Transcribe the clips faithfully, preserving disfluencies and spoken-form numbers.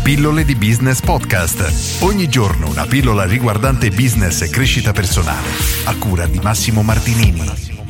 Pillole di Business Podcast. Ogni giorno una pillola riguardante business e crescita personale. A cura di Massimo Martinini.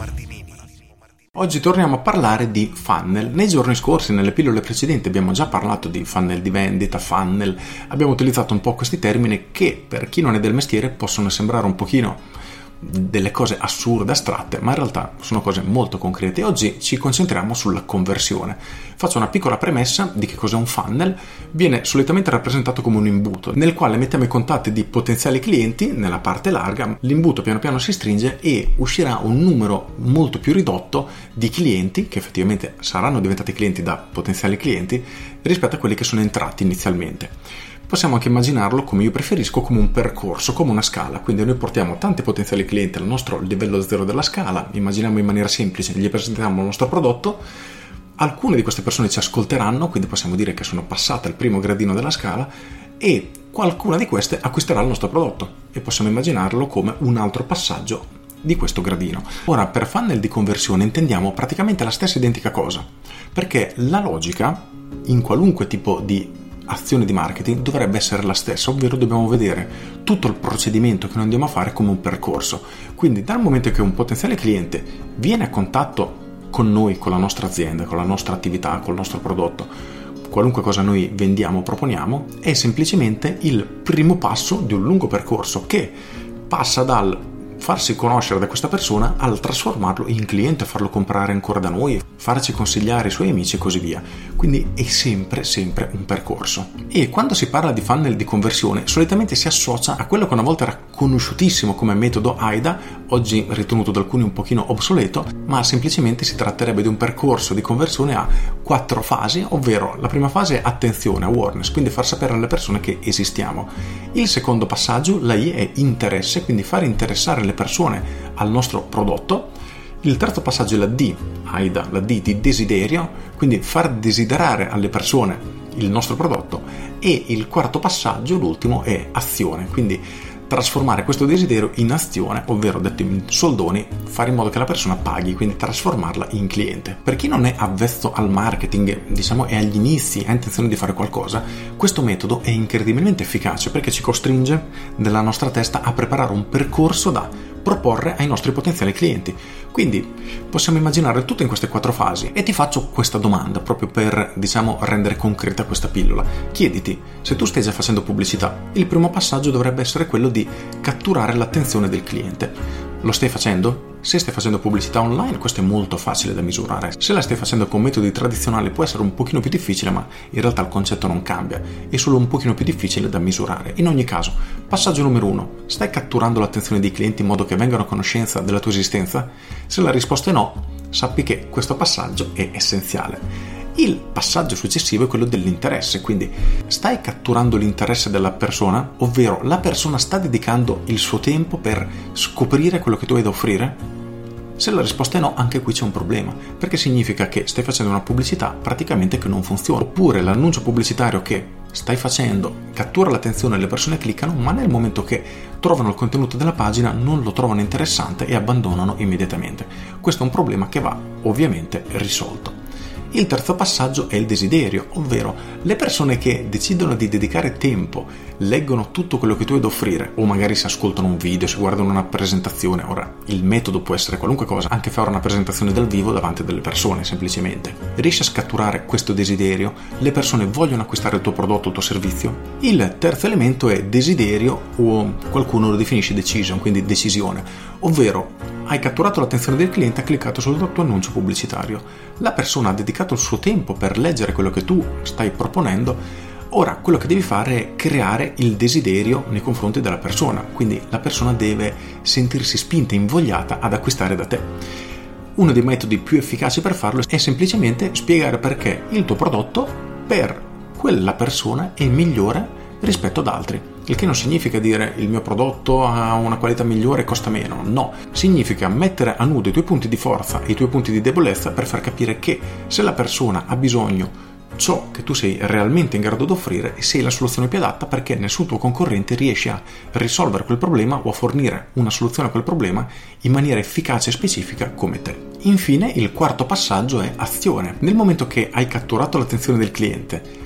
Oggi torniamo a parlare di funnel. Nei giorni scorsi, nelle pillole precedenti, abbiamo già parlato di funnel di vendita, funnel. Abbiamo utilizzato un po' questi termini che, per chi non è del mestiere, possono sembrare un pochino delle cose assurde, astratte, ma in realtà sono cose molto concrete. Oggi ci concentriamo sulla conversione. Faccio una piccola premessa di che cos'è un funnel. Viene solitamente rappresentato come un imbuto nel quale mettiamo i contatti di potenziali clienti nella parte larga. L'imbuto piano piano si stringe e uscirà un numero molto più ridotto di clienti che effettivamente saranno diventati clienti da potenziali clienti rispetto a quelli che sono entrati inizialmente. Possiamo anche immaginarlo, come io preferisco, come un percorso, come una scala. Quindi noi portiamo tanti potenziali clienti al nostro livello zero della scala, immaginiamo in maniera semplice, gli presentiamo il nostro prodotto, alcune di queste persone ci ascolteranno, quindi possiamo dire che sono passate al primo gradino della scala e qualcuna di queste acquisterà il nostro prodotto e possiamo immaginarlo come un altro passaggio di questo gradino. Ora, per funnel di conversione intendiamo praticamente la stessa identica cosa, perché la logica in qualunque tipo di azione di marketing dovrebbe essere la stessa, ovvero dobbiamo vedere tutto il procedimento che noi andiamo a fare come un percorso. Quindi dal momento che un potenziale cliente viene a contatto con noi, con la nostra azienda, con la nostra attività, con il nostro prodotto, qualunque cosa noi vendiamo o proponiamo, è semplicemente il primo passo di un lungo percorso che passa dal farsi conoscere da questa persona al trasformarlo in cliente, farlo comprare ancora da noi, farci consigliare i suoi amici e così via. Quindi è sempre sempre un percorso. E quando si parla di funnel di conversione solitamente si associa a quello che una volta era conosciutissimo come metodo AIDA, oggi ritenuto da alcuni un pochino obsoleto, ma semplicemente si tratterebbe di un percorso di conversione a quattro fasi, ovvero la prima fase è attenzione, awareness, quindi far sapere alle persone che esistiamo. Il secondo passaggio, la I, è interesse, quindi far interessare le persone al nostro prodotto. Il terzo passaggio è la D, AIDA, la D di desiderio, quindi far desiderare alle persone il nostro prodotto. E il quarto passaggio, l'ultimo, è azione, quindi trasformare questo desiderio in azione, ovvero detto in soldoni, fare in modo che la persona paghi, quindi trasformarla in cliente. Per chi non è avvezzo al marketing, diciamo è agli inizi, ha intenzione di fare qualcosa, questo metodo è incredibilmente efficace perché ci costringe nella nostra testa a preparare un percorso da proporre ai nostri potenziali clienti. Quindi possiamo immaginare tutto in queste quattro fasi e ti faccio questa domanda proprio per, diciamo, rendere concreta questa pillola. Chiediti, se tu stai già facendo pubblicità, il primo passaggio dovrebbe essere quello di catturare l'attenzione del cliente. Lo stai facendo? Se stai facendo pubblicità online, questo è molto facile da misurare. Se la stai facendo con metodi tradizionali può essere un pochino più difficile, ma in realtà il concetto non cambia, è solo un pochino più difficile da misurare. In ogni caso, passaggio numero uno, stai catturando l'attenzione dei clienti in modo che vengano a conoscenza della tua esistenza? Se la risposta è no, sappi che questo passaggio è essenziale. Il passaggio successivo è quello dell'interesse, quindi stai catturando l'interesse della persona, ovvero la persona sta dedicando il suo tempo per scoprire quello che tu hai da offrire? Se la risposta è no, anche qui c'è un problema, perché significa che stai facendo una pubblicità praticamente che non funziona, oppure l'annuncio pubblicitario che stai facendo cattura l'attenzione, le persone cliccano, ma nel momento che trovano il contenuto della pagina non lo trovano interessante e abbandonano immediatamente. Questo è un problema che va ovviamente risolto. Il terzo passaggio è il desiderio, ovvero le persone che decidono di dedicare tempo, leggono tutto quello che tu hai da offrire, o magari si ascoltano un video, si guardano una presentazione. Ora, il metodo può essere qualunque cosa, anche fare una presentazione dal vivo davanti a delle persone, semplicemente. Riesci a scatturare questo desiderio? Le persone vogliono acquistare il tuo prodotto, il tuo servizio? Il terzo elemento è desiderio, o qualcuno lo definisce decision, quindi decisione, ovvero hai catturato l'attenzione del cliente, ha cliccato sul tuo annuncio pubblicitario. La persona ha dedicato il suo tempo per leggere quello che tu stai proponendo. Ora, quello che devi fare è creare il desiderio nei confronti della persona. Quindi la persona deve sentirsi spinta e invogliata ad acquistare da te. Uno dei metodi più efficaci per farlo è semplicemente spiegare perché il tuo prodotto per quella persona è migliore rispetto ad altri. Il che non significa dire il mio prodotto ha una qualità migliore e costa meno, no, significa mettere a nudo i tuoi punti di forza e i tuoi punti di debolezza per far capire che se la persona ha bisogno ciò che tu sei realmente in grado di offrire sei la soluzione più adatta, perché nessun tuo concorrente riesce a risolvere quel problema o a fornire una soluzione a quel problema in maniera efficace e specifica come te. Infine, il quarto passaggio è azione. Nel momento che hai catturato l'attenzione del cliente,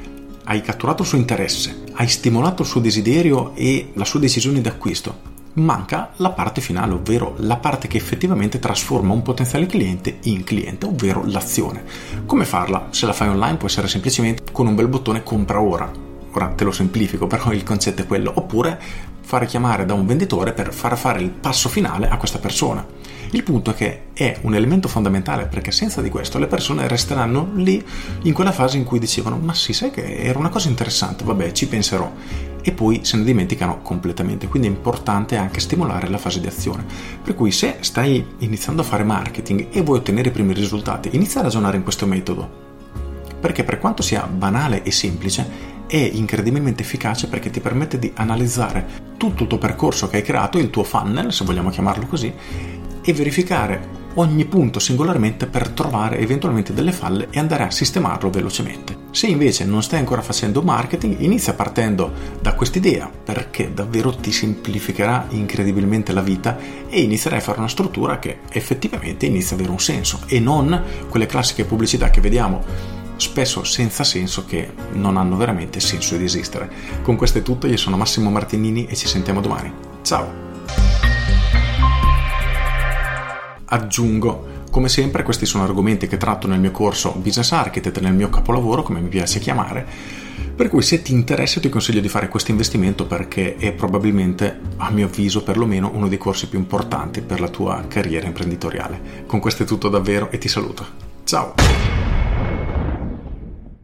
hai catturato il suo interesse, hai stimolato il suo desiderio e la sua decisione d'acquisto. Manca la parte finale, ovvero la parte che effettivamente trasforma un potenziale cliente in cliente, ovvero l'azione. Come farla? Se la fai online può essere semplicemente con un bel bottone compra ora. Ora te lo semplifico, però il concetto è quello. Oppure fare chiamare da un venditore per far fare il passo finale a questa persona. Il punto è che è un elemento fondamentale, perché senza di questo le persone resteranno lì in quella fase in cui dicevano ma sì, sai che era una cosa interessante, vabbè ci penserò, e poi se ne dimenticano completamente. Quindi è importante anche stimolare la fase di azione, per cui se stai iniziando a fare marketing e vuoi ottenere i primi risultati, inizia a ragionare in questo metodo, perché per quanto sia banale e semplice è incredibilmente efficace, perché ti permette di analizzare tutto il tuo percorso che hai creato, il tuo funnel se vogliamo chiamarlo così, e verificare ogni punto singolarmente per trovare eventualmente delle falle e andare a sistemarlo velocemente. Se invece non stai ancora facendo marketing, inizia partendo da quest'idea, perché davvero ti semplificherà incredibilmente la vita e inizierai a fare una struttura che effettivamente inizia ad avere un senso, e non quelle classiche pubblicità che vediamo spesso senza senso, che non hanno veramente senso di esistere. Con questo è tutto, io sono Massimo Martinini e ci sentiamo domani. Ciao! Aggiungo, come sempre, questi sono argomenti che tratto nel mio corso Business Architect, nel mio capolavoro, come mi piace chiamare, per cui se ti interessa ti consiglio di fare questo investimento, perché è probabilmente, a mio avviso perlomeno, uno dei corsi più importanti per la tua carriera imprenditoriale. Con questo è tutto davvero e ti saluto. Ciao!